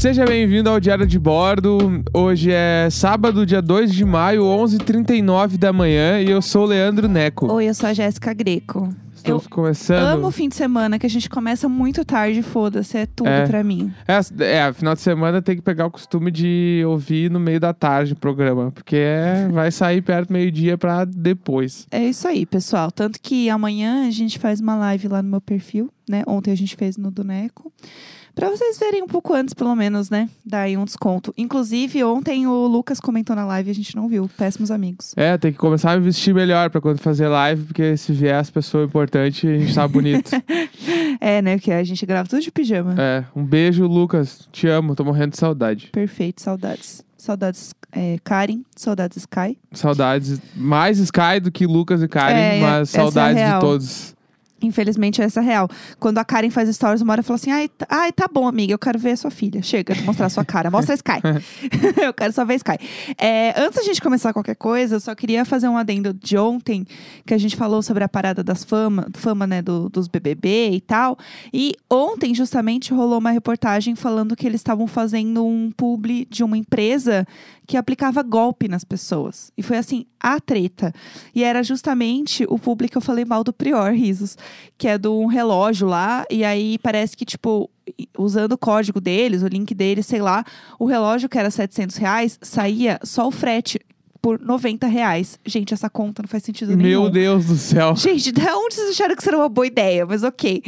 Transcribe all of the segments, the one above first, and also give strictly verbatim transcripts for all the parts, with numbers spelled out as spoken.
Seja bem-vindo ao Diário de Bordo. Hoje é sábado, dia dois de maio, onze e trinta e nove da manhã. E eu sou o Leandro Neco. Oi, eu sou a Jéssica Greco. Estamos eu começando... amo o fim de semana, que a gente começa muito tarde, foda-se, é tudo É. pra mim. É, é, final de semana tem que pegar o costume de ouvir no meio da tarde o programa. Porque é, vai sair perto do meio-dia pra depois. É isso aí, pessoal. Tanto que amanhã a gente faz uma live lá no meu perfil, né? Ontem a gente fez no do Neco. Pra vocês verem um pouco antes, pelo menos, né? Dar aí um desconto. Inclusive, ontem o Lucas comentou na live e a gente não viu. Péssimos amigos. É, tem que começar a me vestir melhor pra quando fazer live. Porque se vier as pessoas importantes, a gente tá bonito. É, né? Porque a gente grava tudo de pijama. É, um beijo, Lucas. Te amo, tô morrendo de saudade. Perfeito, saudades. Saudades é, Karen, saudades Sky. Saudades, mais Sky do que Lucas e Karen, É, mas essa é a saudades de real. todos. Infelizmente, essa é real. Quando a Karen faz stories, uma hora fala assim: ai, tá, ai, tá bom, amiga, eu quero ver a sua filha. Chega de mostrar a sua cara. Mostra a Sky. Eu quero só ver a Sky. É, antes da gente começar qualquer coisa, eu só queria fazer um adendo de ontem, que a gente falou sobre a parada das fama, fama né, do, dos B B B e tal. E ontem, justamente, rolou uma reportagem falando que eles estavam fazendo um publi de uma empresa que aplicava golpe nas pessoas. E foi assim, a treta. E era justamente o publi que eu falei mal do Prior, risos. Que é de um relógio lá. E aí parece que, tipo, usando o código deles, o link deles, sei lá. O relógio que era setecentos reais, saía só o frete por noventa reais. Gente, essa conta não faz sentido nenhum. Meu Deus do céu. Gente, da onde vocês acharam que isso era uma boa ideia? Mas ok.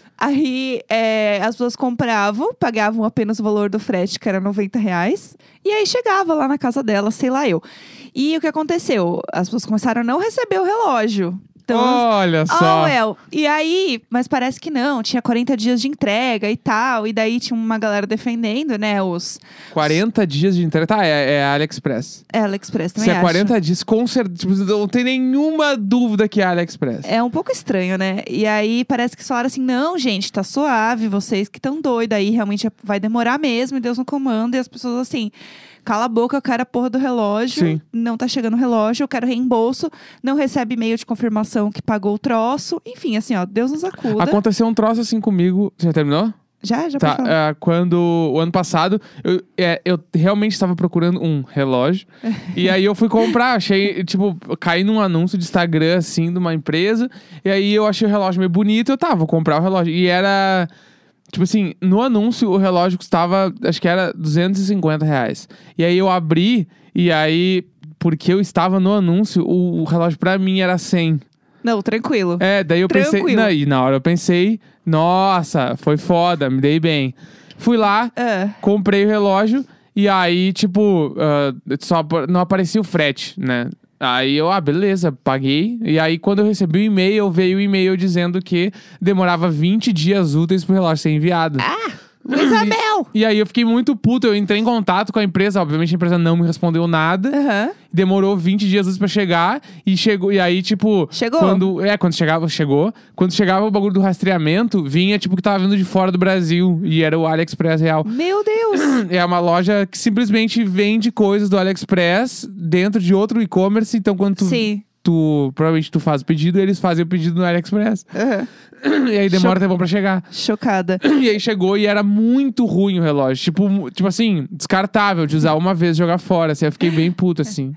Aí, é, as pessoas compravam, pagavam apenas o valor do frete, que era noventa reais. E aí, chegava lá na casa dela, sei lá eu. E o que aconteceu? As pessoas começaram a não receber o relógio. Então, Olha oh, só. well. E aí, mas parece que não. Tinha quarenta dias de entrega e tal. E daí, tinha uma galera defendendo, né, os... quarenta dias de entrega. Tá, é, é AliExpress. É, AliExpress também Se é acho. quarenta dias, com certeza. Tipo, não tem nenhuma dúvida que é AliExpress. É um pouco estranho, né? E aí parece que falaram assim: não, gente, tá suave, vocês que estão doidos aí, realmente vai demorar mesmo, e Deus no comando. E as pessoas assim: cala a boca, eu quero a porra do relógio. Sim. Não tá chegando o relógio, eu quero reembolso. Não recebe e-mail de confirmação que pagou o troço. Enfim, assim, ó, Deus nos acuda. Aconteceu um troço assim comigo. Você já terminou? Já, já Tá, pode falar. é, quando o ano passado eu, é, eu realmente estava procurando um relógio. E aí eu fui comprar, achei, tipo, caí num anúncio de Instagram, assim, de uma empresa. E aí eu achei o relógio meio bonito, eu, tá, vou comprar o relógio. E era, tipo assim, no anúncio o relógio custava, acho que era duzentos e cinquenta reais. E aí eu abri, e aí, porque eu estava no anúncio, o, o relógio pra mim era cem. Não, tranquilo. É, daí eu pensei, Tranquilo. não, e na hora eu pensei, nossa, foi foda, me dei bem. Fui lá, É. comprei o relógio e aí, tipo, ah, só ap- não aparecia o frete, né? Aí eu, ah, beleza, paguei. E aí, quando eu recebi o e-mail, veio o e-mail dizendo que demorava vinte dias úteis pro relógio ser enviado. Ah, Luizabel! E aí eu fiquei muito puto, eu entrei em contato com a empresa, obviamente a empresa não me respondeu nada. Aham. Demorou vinte dias úteis pra chegar e chegou, e aí, tipo... Chegou? Quando, é, quando chegava, chegou. Quando chegava o bagulho do rastreamento, vinha, tipo, que tava vindo de fora do Brasil. E era o AliExpress real. Meu Deus! É uma loja que simplesmente vende coisas do AliExpress dentro de outro e-commerce. Então, quando tu, Sim. tu... Provavelmente tu faz o pedido, eles fazem o pedido no AliExpress. Aham. E aí demora Cho- tempo pra chegar. Chocada. E aí chegou e era muito ruim o relógio. Tipo, mu- tipo assim, descartável de usar uma vez e jogar fora. Assim, eu fiquei bem puto, assim.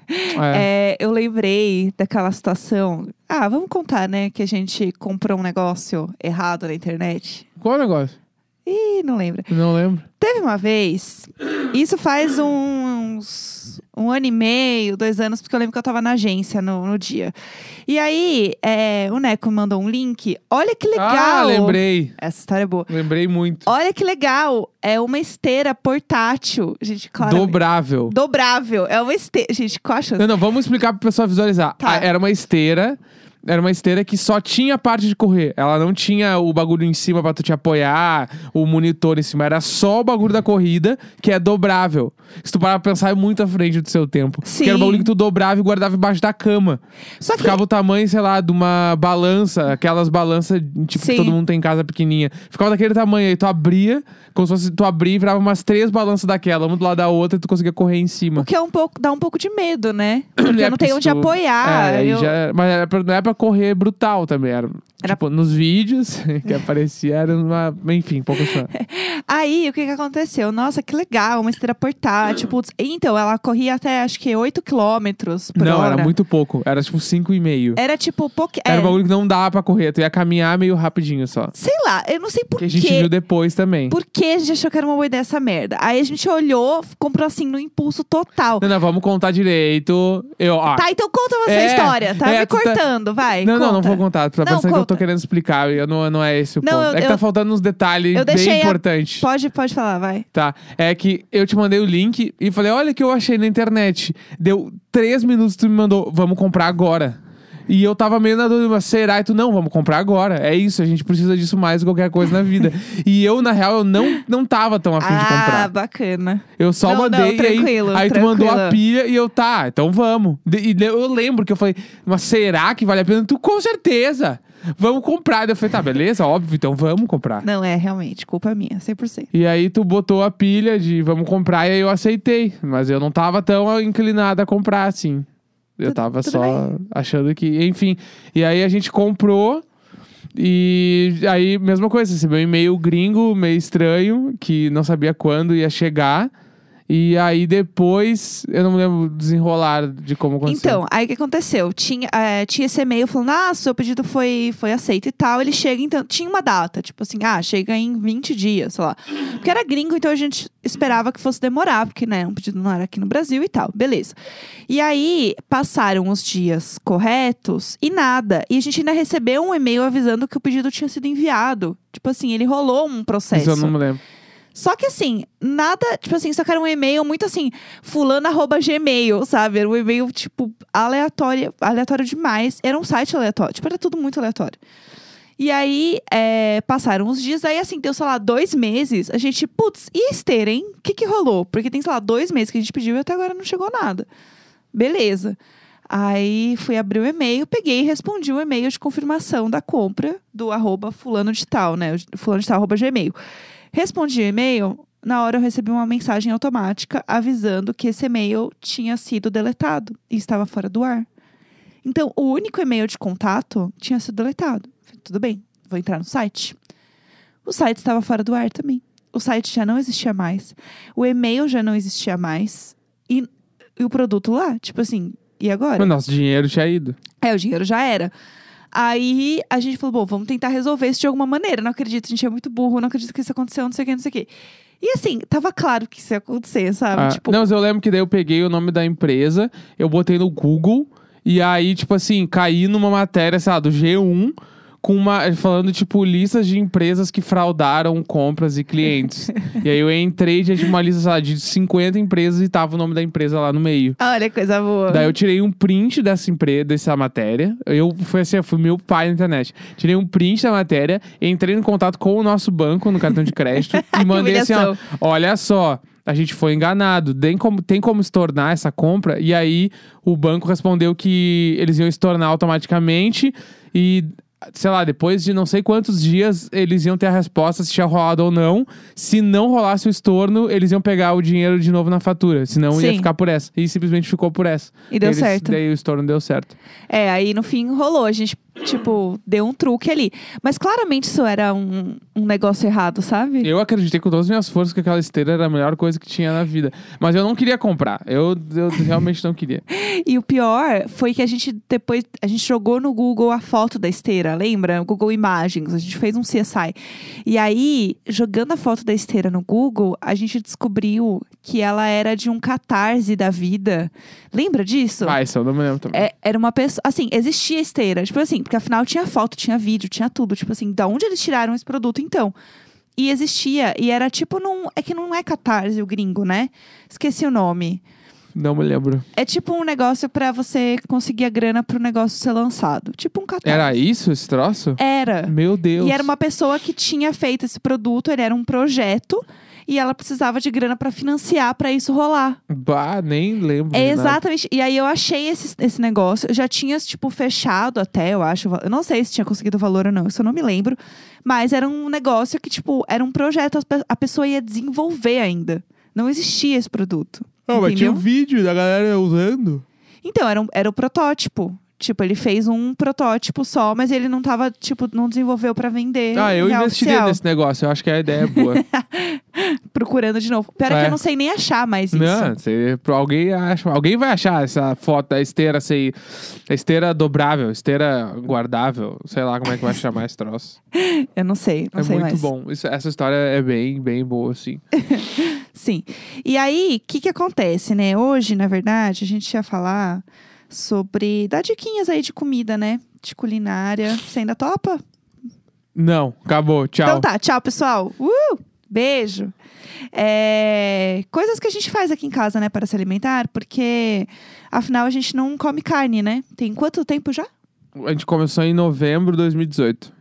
É. É, eu lembrei daquela situação. Ah, vamos contar, né? Que a gente comprou um negócio errado na internet. Qual o negócio? Ih, não lembra. Não lembro. Teve uma vez, isso faz uns um ano e meio, dois anos, porque eu lembro que eu tava na agência no, no dia. E aí, é, o Neco mandou um link. Olha que legal! Ah, lembrei. Essa história é boa. Lembrei muito. Olha que legal! É uma esteira portátil. Gente, claro. Dobrável. Dobrável. É uma esteira. Gente, qual a chance? Não, não, vamos explicar pro pessoal visualizar. Tá. Ah, era uma esteira. Era uma esteira que só tinha a parte de correr. Ela não tinha o bagulho em cima pra tu te apoiar, o monitor em cima. Era só o bagulho da corrida, que é dobrável. Se tu parar pra pensar, é muito à frente do seu tempo. Sim. Que era o bagulho que tu dobrava e guardava embaixo da cama. Só que... Ficava o tamanho, sei lá, de uma balança. Aquelas balanças, tipo, Sim. que todo mundo tem em casa pequenininha. Ficava daquele tamanho. Aí tu abria, como se fosse tu abrir e virava umas três balanças daquela. Uma do lado da outra e tu conseguia correr em cima. O que é um pouco, dá um pouco de medo, né? Porque É, eu não tenho porque onde se tu- apoiar. É, aí eu... já... Mas é pra- não é pra pra correr brutal também. Era, Era- tipo, nos vídeos que aparecia, era uma... Enfim, pouco só. Aí, o que que aconteceu? Nossa, que legal, uma esteira portátil. Putz. Então, ela corria até, acho que, oito quilômetros por Não, hora. era muito pouco. Era tipo cinco e meio. Era tipo... Pouque... Era é, um bagulho que não dava pra correr. Tu ia caminhar meio rapidinho só. Sei lá, eu não sei por Que a gente quê. viu depois também. Por que a gente achou que era uma boa ideia essa merda? Aí a gente olhou, comprou assim, no impulso total. Não, não, vamos contar direito. Eu, ó, Tá, então conta você a É, história. Tá é, me tu tá- cortando, vai. Não, não, não conta. vou contar. Tá Não, pensando que eu tô conta. querendo explicar. E eu não, não é esse o Não, ponto. eu- é que eu- tá faltando uns detalhes eu bem deixei a- importantes. Pode, pode falar, vai. Tá. É que eu te mandei o link e falei, olha o que eu achei na internet. Deu três minutos tu me mandou, vamos comprar agora. E eu tava meio na dúvida, mas será? E tu, não, vamos comprar agora. É isso, a gente precisa disso mais do que qualquer coisa na vida. E eu, na real, eu não, não tava tão afim de Ah, comprar. bacana. Eu só Não, mandei não, e aí, tranquilo, aí tu mandou a tranquilo. pilha e eu, tá, então vamos. De- E eu lembro que eu falei, mas será que vale a pena? Tu, com certeza. Vamos comprar. Daí eu falei, tá, beleza, óbvio, então vamos comprar. Não, é realmente, culpa minha, cem por cento. E aí tu botou a pilha de vamos comprar e aí eu aceitei. Mas eu não tava tão inclinado a comprar assim. Eu Tudo- tava tudo só bem. achando que... Enfim. E aí a gente comprou. E aí, mesma coisa. Recebeu um e-mail gringo, meio estranho. Que não sabia quando ia chegar. E aí depois... Eu não me lembro desenrolar de como aconteceu. Então, aí o que aconteceu? Tinha, é, tinha esse e-mail falando, ah, seu pedido foi, foi aceito e tal. Ele chega, então, tinha uma data, tipo assim, ah, chega em vinte dias, sei lá. Porque era gringo, então a gente esperava que fosse demorar, porque, né, um pedido não era aqui no Brasil e tal, beleza. E aí, passaram os dias corretos e nada. E a gente ainda recebeu um e-mail avisando que o pedido tinha sido enviado. Tipo assim, ele rolou um processo. Isso eu não me lembro. Só que assim, nada, tipo assim, só que era um e-mail muito assim, fulano arroba gmail, sabe? Era um e-mail, tipo, aleatório, aleatório demais. Era um site aleatório, tipo, era tudo muito aleatório. E aí, é, passaram uns dias, aí assim, deu, sei lá, dois meses, a gente, putz, e a esteira, hein? O que que rolou? Porque tem, sei lá, dois meses que a gente pediu e até agora não chegou nada. Beleza. Aí, fui abrir o e-mail, peguei e respondi o e-mail de confirmação da compra do arroba fulano de tal, né? Fulano de tal, arroba gmail. Respondi o e-mail, na hora eu recebi uma mensagem automática avisando que esse e-mail tinha sido deletado e estava fora do ar. Então, o único e-mail de contato tinha sido deletado. Falei, tudo bem, vou entrar no site. O site estava fora do ar também. O site já não existia mais. O e-mail já não existia mais. E, e o produto lá, tipo assim, e agora? Mas nosso dinheiro tinha ido. É, o dinheiro já era. Aí a gente falou, bom, vamos tentar resolver isso de alguma maneira. Não acredito, a gente é muito burro, não acredito que isso aconteceu, não sei o que, não sei o que. E assim, tava claro que isso ia acontecer, sabe? Ah, tipo, não, mas eu lembro que daí eu peguei o nome da empresa, eu botei no Google, e aí, tipo assim, caí numa matéria, sei lá, do G um, com uma, falando, tipo, listas de empresas que fraudaram compras e clientes. E aí eu entrei de uma lista, sei lá, de cinquenta empresas e tava o nome da empresa lá no meio. olha, coisa boa. Daí eu tirei um print dessa empresa, dessa matéria. Eu fui assim, eu fui meu pai na internet. Tirei um print da matéria, entrei em contato com o nosso banco no cartão de crédito e mandei assim, ó, humilhação. olha só, a gente foi enganado. Tem como, tem como estornar essa compra? E aí o banco respondeu que eles iam estornar automaticamente e sei lá, depois de não sei quantos dias, eles iam ter a resposta se tinha rolado ou não. Se não rolasse o estorno, eles iam pegar o dinheiro de novo na fatura. Senão ia Sim. ficar por essa. E simplesmente ficou por essa. E deu Eles- certo. Daí o estorno deu certo. É, aí no fim rolou. A gente, tipo, deu um truque ali. Mas claramente isso era um, um negócio errado, sabe? Eu acreditei com todas as minhas forças que aquela esteira era a melhor coisa que tinha na vida. Mas eu não queria comprar. Eu, eu realmente não queria. E o pior foi que a gente depois, a gente jogou no Google a foto da esteira, lembra? Google Imagens, a gente fez um C S I. E aí, jogando a foto da esteira no Google, a gente descobriu que ela era de um Catarse da vida. Lembra disso? Ah, isso eu não me lembro também. É, era uma pessoa, assim, existia esteira, tipo assim, porque afinal tinha foto, tinha vídeo, tinha tudo, tipo assim, da onde eles tiraram esse produto então? E existia, e era tipo num, é que não é Catarse o gringo, né? Esqueci o nome. Não me lembro. É tipo um negócio pra você conseguir a grana pro negócio ser lançado. Tipo um Catarse. Era isso, esse troço? Era. Meu Deus. E era uma pessoa que tinha feito esse produto, ele era um projeto. E ela precisava de grana pra financiar, pra isso rolar. Bah, nem lembro. É de nada. exatamente. E aí eu achei esse, esse negócio. Eu já tinha, tipo, fechado até, eu acho. Eu não sei se tinha conseguido o valor ou não, isso eu não me lembro. Mas era um negócio que, tipo, era um projeto. A pessoa ia desenvolver ainda. Não existia esse produto. Não, mas tinha entendeu? um vídeo da galera usando. Então, era, um, era o protótipo. Tipo, ele fez um protótipo só, mas ele não tava, tipo, não desenvolveu pra vender. Ah, eu real investiria oficial. nesse negócio. Eu acho que a ideia é boa. Procurando de novo. Pior é. É. que eu não sei nem achar mais isso. Não, você, alguém, acha, alguém vai achar essa foto da esteira, assim, a esteira dobrável, esteira guardável, sei lá como é que vai chamar esse troço. Eu não sei, não é sei muito mais. bom. Isso, essa história é bem, bem boa, assim. Sim. E aí, o que que acontece, né? Hoje, na verdade, a gente ia falar sobre... Dar diquinhas aí de comida, né? De culinária. Você ainda topa? Não, acabou, tchau. Então tá, tchau, pessoal. Uh! Beijo. É... Coisas que a gente faz aqui em casa, né? Para se alimentar. Porque, afinal, a gente não come carne, né? Tem quanto tempo já? A gente começou em novembro de dois mil e dezoito.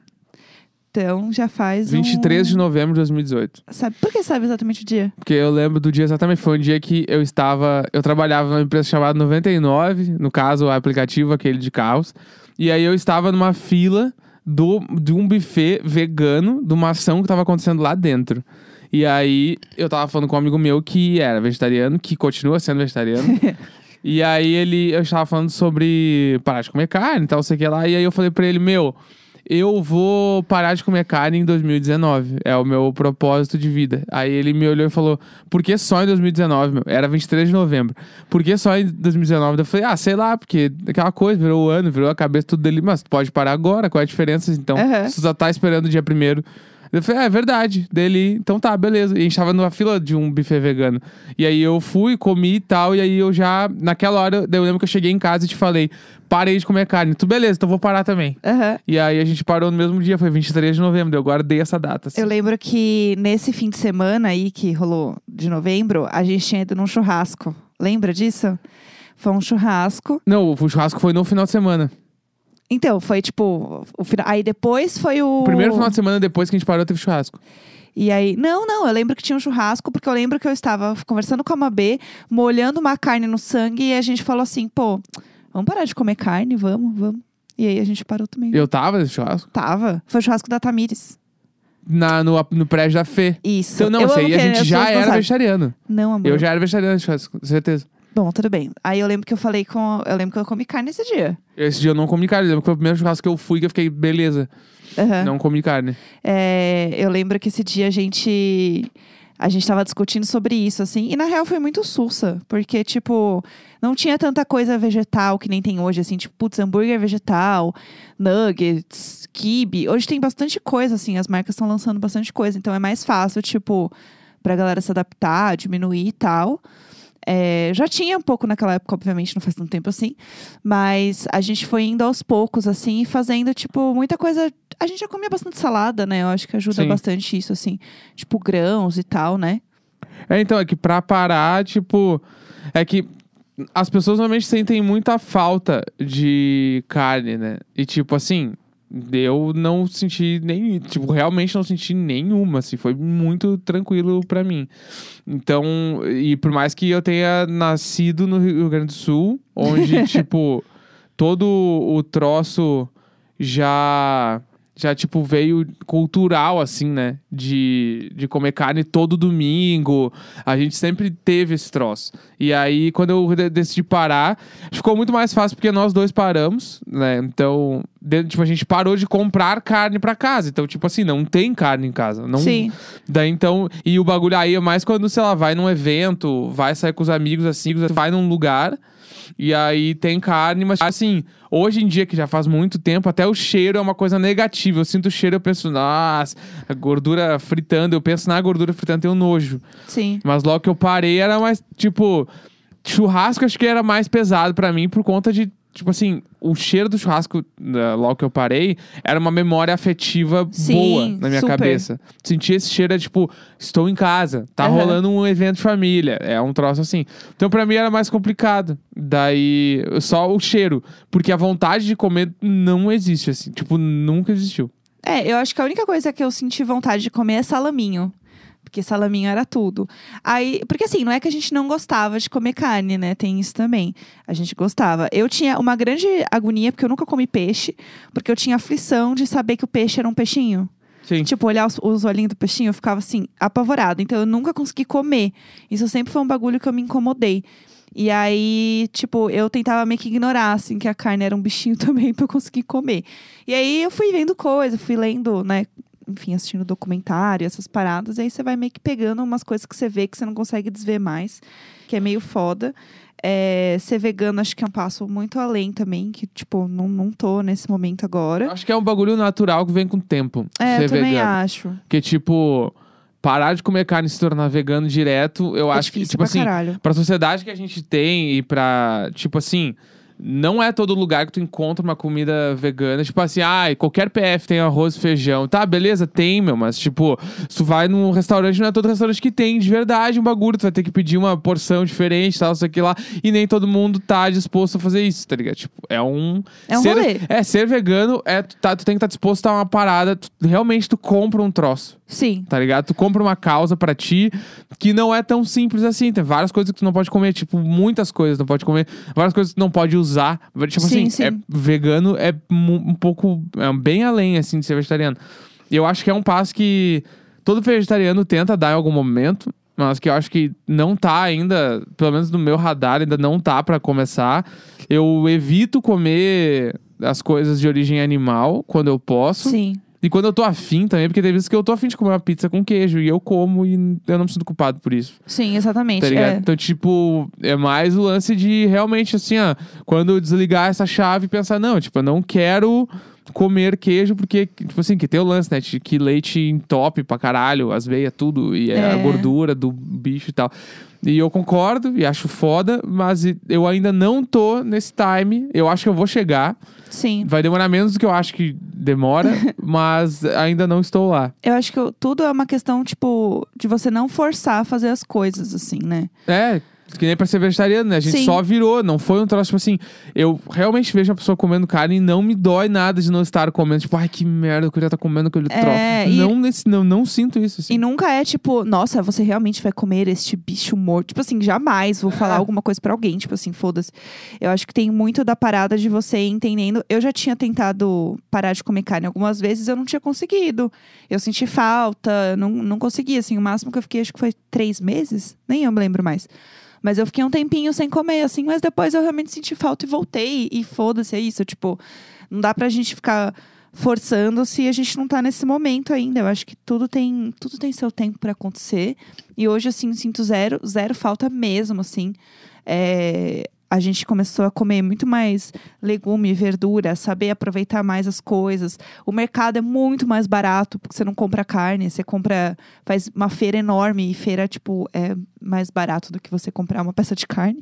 Então, já faz vinte e três um... de novembro de dois mil e dezoito. Sabe, por que sabe exatamente o dia? Porque eu lembro do dia exatamente, foi um dia que eu estava... Eu trabalhava numa empresa chamada noventa e nove, no caso, o aplicativo aquele de carros. E aí eu estava numa fila do, de um buffet vegano, de uma ação que estava acontecendo lá dentro. E aí eu tava falando com um amigo meu que era vegetariano, que continua sendo vegetariano. E aí ele, eu estava falando sobre parar de comer carne e tal, sei o que lá. E aí eu falei pra ele, meu... Eu vou parar de comer carne em dois mil e dezenove. É o meu propósito de vida. Aí ele me olhou e falou, por que só em dois mil e dezenove, meu? Era vinte e três de novembro. Por que só em dois mil e dezenove? Eu falei, ah, sei lá, porque aquela coisa, virou o ano, virou a cabeça tudo dele. Mas tu pode parar agora, qual é a diferença? Então, Uhum. se tu já tá esperando o dia primeiro... Eu falei, ah, é verdade. Dele, então tá, beleza. E a gente tava numa fila de um buffet vegano. E aí eu fui, comi e tal. E aí eu já, naquela hora, eu lembro que eu cheguei em casa e te falei, parei de comer carne. Tu, beleza, então vou parar também. Uhum. E aí a gente parou no mesmo dia, foi vinte e três de novembro. Eu guardei essa data. Assim. Eu lembro que nesse fim de semana aí, que rolou de novembro, a gente tinha ido num churrasco. Lembra disso? Foi um churrasco. Não, o churrasco foi no final de semana. Então, foi tipo... O final... Aí depois foi o... O primeiro final de semana depois que a gente parou, teve churrasco. E aí... Não, não, eu lembro que tinha um churrasco, porque eu lembro que eu estava conversando com a Mabê, molhando uma carne no sangue, e a gente falou assim, pô, vamos parar de comer carne? Vamos, vamos. E aí a gente parou também. Eu tava nesse churrasco? Tava. Foi o churrasco da Tamires. Na, no, no prédio da Fê. Isso. Então, não, eu isso amo aí que a gente as já pessoas não era sabem. vegetariano. Não, amor. Eu já era vegetariano nesse churrasco, com certeza. Bom, tudo bem. Aí eu lembro que eu falei com... Eu lembro que eu comi carne esse dia. Esse dia eu não comi carne. Eu lembro que foi o primeiro churrasco que eu fui, que eu fiquei, beleza. Uhum. Não comi carne. É, eu lembro que esse dia a gente... A gente tava discutindo sobre isso, assim. E na real foi muito sussa. Porque, tipo... Não tinha tanta coisa vegetal que nem tem hoje, assim. Tipo, putz, hambúrguer vegetal, nuggets, quibe. Hoje tem bastante coisa, assim. As marcas estão lançando bastante coisa. Então é mais fácil, tipo... Pra galera se adaptar, diminuir e tal. É, já tinha um pouco naquela época, obviamente, não faz tanto tempo assim. Mas a gente foi indo aos poucos, assim, e fazendo, tipo, muita coisa. A gente já comia bastante salada, né? Eu acho que ajuda Sim. bastante isso, assim. Tipo, grãos e tal, né? É, então, é que pra parar, tipo... É que as pessoas normalmente sentem muita falta de carne, né? E, tipo, assim... Eu não senti nem... Tipo, realmente não senti nenhuma, assim. Foi muito tranquilo pra mim. Então... E por mais que eu tenha nascido no Rio Grande do Sul... Onde, tipo... Todo o troço já... Já, tipo, veio cultural, assim, né? De, de comer carne todo domingo. A gente sempre teve esse troço. E aí, quando eu de- decidi parar, ficou muito mais fácil porque nós dois paramos, né? Então, de- tipo, a gente parou de comprar carne pra casa. Então, tipo assim, não tem carne em casa. Não, Sim. Daí, então... E o bagulho aí é mais quando, sei lá, vai num evento, vai sair com os amigos, assim, vai num lugar... E aí tem carne, mas assim, hoje em dia, que já faz muito tempo, até o cheiro é uma coisa negativa. Eu sinto o cheiro, eu penso, nossa, a gordura fritando. Eu penso na gordura fritando, tenho nojo. Sim. Mas logo que eu parei, era mais, tipo... Churrasco, acho que era mais pesado pra mim, por conta de... Tipo assim, o cheiro do churrasco, uh, logo que eu parei, era uma memória afetiva Sim, boa na minha super. cabeça. Sentir esse cheiro é tipo, estou em casa, tá Uhum. rolando um evento de família. É um troço assim. Então pra mim era mais complicado. Daí, só o cheiro. Porque a vontade de comer não existe, assim. Tipo, nunca existiu. É, eu acho que a única coisa que eu senti vontade de comer é salaminho. Porque salaminho era tudo. Aí, porque assim, não é que a gente não gostava de comer carne, né? Tem isso também. A gente gostava. Eu tinha uma grande agonia, porque eu nunca comi peixe. Porque eu tinha aflição de saber que o peixe era um peixinho. Sim. Tipo, olhar os, os olhinhos do peixinho, eu ficava assim, apavorada. Então, eu nunca consegui comer. Isso sempre foi um bagulho que eu me incomodei. E aí, tipo, eu tentava meio que ignorar, assim, que a carne era um bichinho também pra eu conseguir comer. E aí eu fui vendo coisa, fui lendo, né? Enfim, assistindo documentário, essas paradas. E aí você vai meio que pegando umas coisas que você vê que você não consegue desver mais. Que é meio foda. É, ser vegano acho que é um passo muito além também. Que, tipo, não, não tô nesse momento agora. Acho que é um bagulho natural que vem com o tempo. É, ser eu também vegano. acho. Porque, tipo, parar de comer carne e se tornar vegano direto, eu É acho que, difícil tipo pra assim, caralho. pra sociedade que a gente tem e pra, tipo assim, não é todo lugar que tu encontra uma comida vegana. Tipo assim, ai, qualquer P F tem arroz e feijão. Tá, beleza, tem, meu, mas tipo, se tu vai num restaurante, não é todo restaurante que tem de verdade um bagulho. Tu vai ter que pedir uma porção diferente, tal, isso aqui lá. E nem todo mundo tá disposto a fazer isso, tá ligado? Tipo, é um... É um ser, rolê. É, ser vegano, é, tu, tá, tu tem que estar disposto a uma parada. Tu, realmente, tu compra um troço. Sim. Tá ligado? Tu compra uma causa pra ti que não é tão simples assim. Tem várias coisas que tu não pode comer. Tipo, muitas coisas tu não pode comer. Várias coisas que tu não pode usar. Tipo Sim, assim, sim. É, vegano é um pouco... É bem além, assim, de ser vegetariano. E eu acho que é um passo que todo vegetariano tenta dar em algum momento. Mas que eu acho que não tá ainda... Pelo menos no meu radar, ainda não tá pra começar. Eu evito comer as coisas de origem animal quando eu posso. Sim. E quando eu tô afim também, porque tem vezes que eu tô afim de comer uma pizza com queijo e eu como e eu não me sinto culpado por isso. Sim, exatamente. Tá ligado? É. Então, tipo, é mais o lance de realmente, assim, ó, quando eu desligar essa chave e pensar, não, tipo, eu não quero comer queijo, porque, tipo assim, que tem o lance, né, de que leite entope pra caralho, as veias, tudo, e é. É. a gordura do bicho e tal. E eu concordo e acho foda, mas eu ainda não tô nesse time. Eu acho que eu vou chegar. Sim. Vai demorar menos do que eu acho que demora, mas ainda não estou lá. Eu acho que eu- tudo é uma questão, tipo, de você não forçar a fazer as coisas, assim, né? É, que nem pra ser vegetariano, né? A gente Sim. só virou, não foi um troço, tipo assim... Eu realmente vejo a pessoa comendo carne e não me dói nada de não estar comendo. Tipo, ai, que merda, eu queria estar comendo aquele É, troço. e- Não, nesse, não, não sinto isso, assim. E nunca é tipo, nossa, você realmente vai comer este bicho morto. Tipo assim, jamais vou falar É. alguma coisa pra alguém. Tipo assim, foda-se. Eu acho que tem muito da parada de você ir entendendo. Eu já tinha tentado parar de comer carne algumas vezes, eu não tinha conseguido. Eu senti falta, não, não consegui. Assim, o máximo que eu fiquei, acho que foi três meses. Nem eu me lembro mais. Mas eu fiquei um tempinho sem comer, assim. Mas depois eu realmente senti falta e voltei. E foda-se, é isso. Tipo, não dá pra gente ficar forçando se a gente não tá nesse momento ainda. Eu acho que tudo tem, tudo tem seu tempo pra acontecer. E hoje, assim, sinto zero, zero falta mesmo, assim. É, a gente começou a comer muito mais legume, verdura, saber aproveitar mais as coisas. O mercado é muito mais barato, porque você não compra carne, você compra, faz uma feira enorme, e feira, tipo, é mais barato do que você comprar uma peça de carne.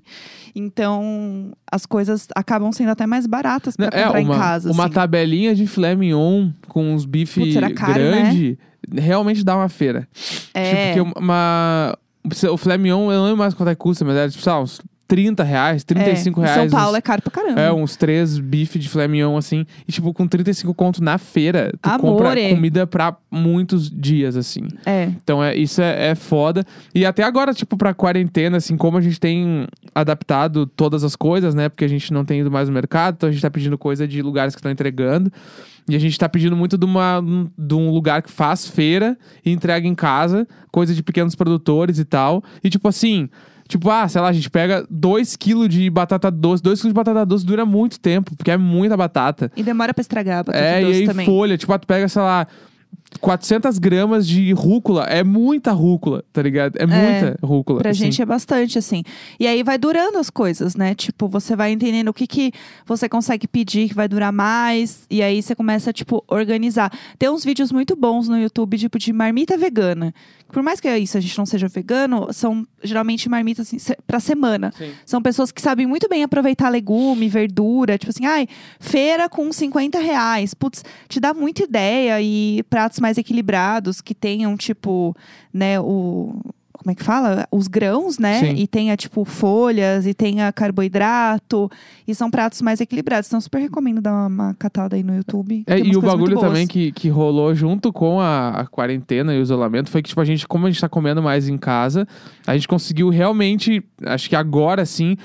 Então, as coisas acabam sendo até mais baratas pra É, comprar uma, em casa. uma assim. tabelinha de filé mignon com uns bife Putz, era caro, grande, realmente dá uma feira. É. Tipo, porque uma... O filé mignon, eu não lembro mais quanto é que custa, mas era, tipo, sei lá, uns trinta reais, trinta e cinco é. reais. Em São Paulo uns, é caro pra caramba. É, uns três bife de filé mignon, assim. E, tipo, com trinta e cinco conto na feira, tu Amore. compra comida pra muitos dias, assim. É. Então, é, isso é, é foda. E até agora, tipo, pra quarentena, assim, como a gente tem adaptado todas as coisas, né? Porque a gente não tem ido mais no mercado, então a gente tá pedindo coisa de lugares que estão entregando. E a gente tá pedindo muito de, uma, de um lugar que faz feira e entrega em casa, coisa de pequenos produtores e tal. E, tipo assim... Tipo, ah, sei lá, a gente pega dois quilos de batata doce. dois quilos de batata doce dura muito tempo, porque é muita batata. E demora pra estragar a batata É, doce e aí também. folha. Tipo, ah, tu pega, sei lá, quatrocentas gramas de rúcula. É muita rúcula, tá ligado? É muita rúcula. Pra assim. gente é bastante, assim. E aí vai durando as coisas, né? Tipo, você vai entendendo o que, que você consegue pedir que vai durar mais. E aí você começa, tipo, organizar. Tem uns vídeos muito bons no YouTube, tipo, de marmita vegana. Por mais que isso a gente não seja vegano, são geralmente marmitas assim, se- pra semana. Sim. São pessoas que sabem muito bem aproveitar legume, verdura. Tipo assim, ai, feira com cinquenta reais. Putz, te dá muita ideia. E pratos mais equilibrados, que tenham, tipo, né, o... Como é que fala? Os grãos, né? Sim. E tenha, tipo, folhas, e tenha carboidrato. E são pratos mais equilibrados. Então, super recomendo dar uma, uma catada aí no YouTube. É, Tem umas e o coisas bagulho muito boas. também que, que rolou junto com a, a quarentena e o isolamento foi que, tipo, a gente, como a gente tá comendo mais em casa, a gente conseguiu realmente, acho que agora sim,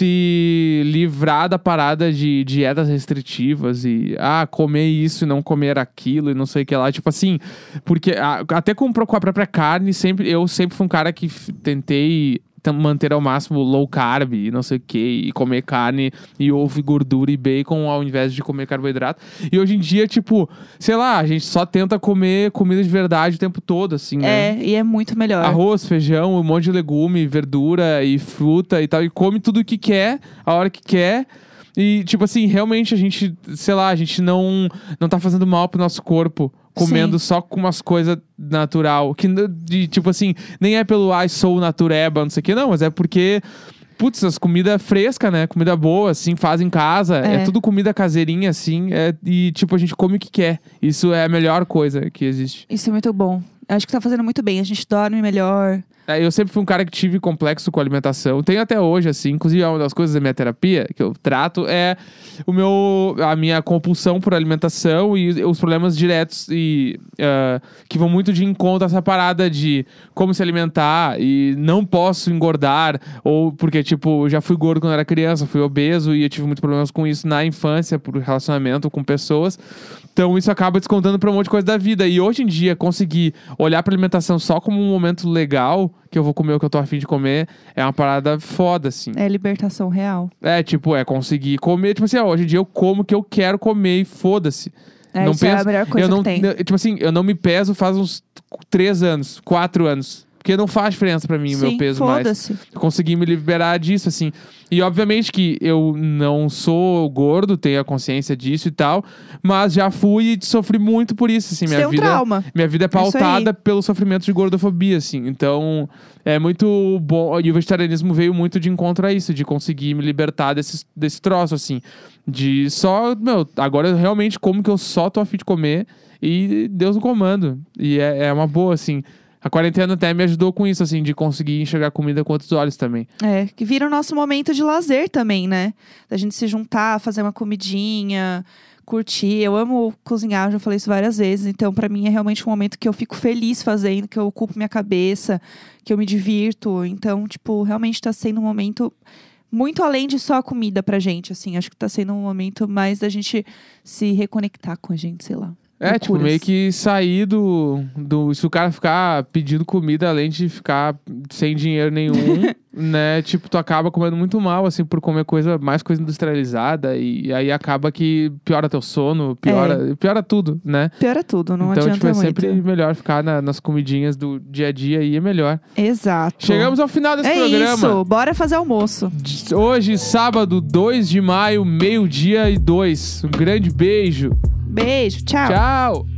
se livrar da parada de dietas restritivas e, ah, comer isso e não comer aquilo e não sei o que lá. Tipo assim, porque a- até com, com a própria carne, sempre, eu sempre fui um cara que f- tentei t- manter ao máximo low carb e não sei o que, e comer carne e ovo e gordura e bacon ao invés de comer carboidrato. E hoje em dia, tipo, sei lá, a gente só tenta comer comida de verdade o tempo todo, assim, né? É, e é muito melhor. Arroz, feijão, um monte de legume, verdura e fruta e tal. E come tudo o que quer, a hora que quer. E, tipo assim, realmente a gente, sei lá, a gente não, não tá fazendo mal pro nosso corpo. Comendo Sim. só com umas coisas natural. Que, de, tipo assim, nem é pelo ai, sou natureba, não sei o que, não. Mas é porque, putz, as comidas frescas, né? Comida boa, assim, faz em casa. É, É. tudo comida caseirinha, assim. É, e, tipo, a gente come o que quer. Isso é a melhor coisa que existe. Isso é muito bom. Acho que tá fazendo muito bem. A gente dorme melhor. É, eu sempre fui um cara que tive complexo com alimentação. Tenho até hoje, assim. Inclusive, uma das coisas da minha terapia que eu trato é o meu, a minha compulsão por alimentação e os problemas diretos e ah, que vão muito de encontro a essa parada de como se alimentar e não posso engordar. Ou porque, tipo, eu já fui gordo quando era criança, fui obeso e eu tive muitos problemas com isso na infância, por relacionamento com pessoas. Então, isso acaba descontando pra um monte de coisa da vida. E hoje em dia, conseguir olhar pra alimentação só como um momento legal, que eu vou comer o que eu tô afim de comer, é uma parada foda, assim. É libertação real. É, tipo, é conseguir comer. Tipo assim, ó, hoje em dia eu como o que eu quero comer e foda-se. É, não isso é a melhor coisa eu não, que tem. eu- Tipo assim, eu não me peso faz uns três anos, quatro anos. Porque não faz diferença pra mim o meu Sim, peso mais. foda-se. Eu consegui me liberar disso, assim. E obviamente que eu não sou gordo, tenho a consciência disso e tal. Mas já fui e sofri muito por isso, assim. Você Minha tem um vida, trauma. minha vida é É isso aí. pautada pelo sofrimento de gordofobia, assim. Então, é muito bom. E o vegetarianismo veio muito de encontro a isso, de conseguir me libertar desse, desse troço, assim. De só, meu, agora eu realmente como que eu só tô a fim de comer e Deus no comando. E é, é uma boa, assim. A quarentena até me ajudou com isso, assim, de conseguir enxergar comida com outros olhos também. É, que vira o nosso momento de lazer também, né? Da gente se juntar, fazer uma comidinha, curtir. Eu amo cozinhar, já falei isso várias vezes. Então, pra mim, é realmente um momento que eu fico feliz fazendo, que eu ocupo minha cabeça, que eu me divirto. Então, tipo, realmente tá sendo um momento muito além de só a comida pra gente, assim. Acho que tá sendo um momento mais da gente se reconectar com a gente, sei lá. É, tipo, Loucuras. meio que sair do, do... Se o cara ficar pedindo comida, além de ficar sem dinheiro nenhum, né? Tipo, tu acaba comendo muito mal, assim, por comer coisa, mais coisa industrializada. E, aí acaba que piora teu sono, piora, piora tudo, né? Piora tudo, não então, adianta tipo, é muito. sempre melhor ficar na- nas comidinhas do dia a dia e é melhor. Exato. Chegamos ao final desse é programa. isso, bora fazer almoço. De- Hoje, sábado, dois de maio, meio-dia e dois. Um grande beijo. Beijo, tchau. Tchau!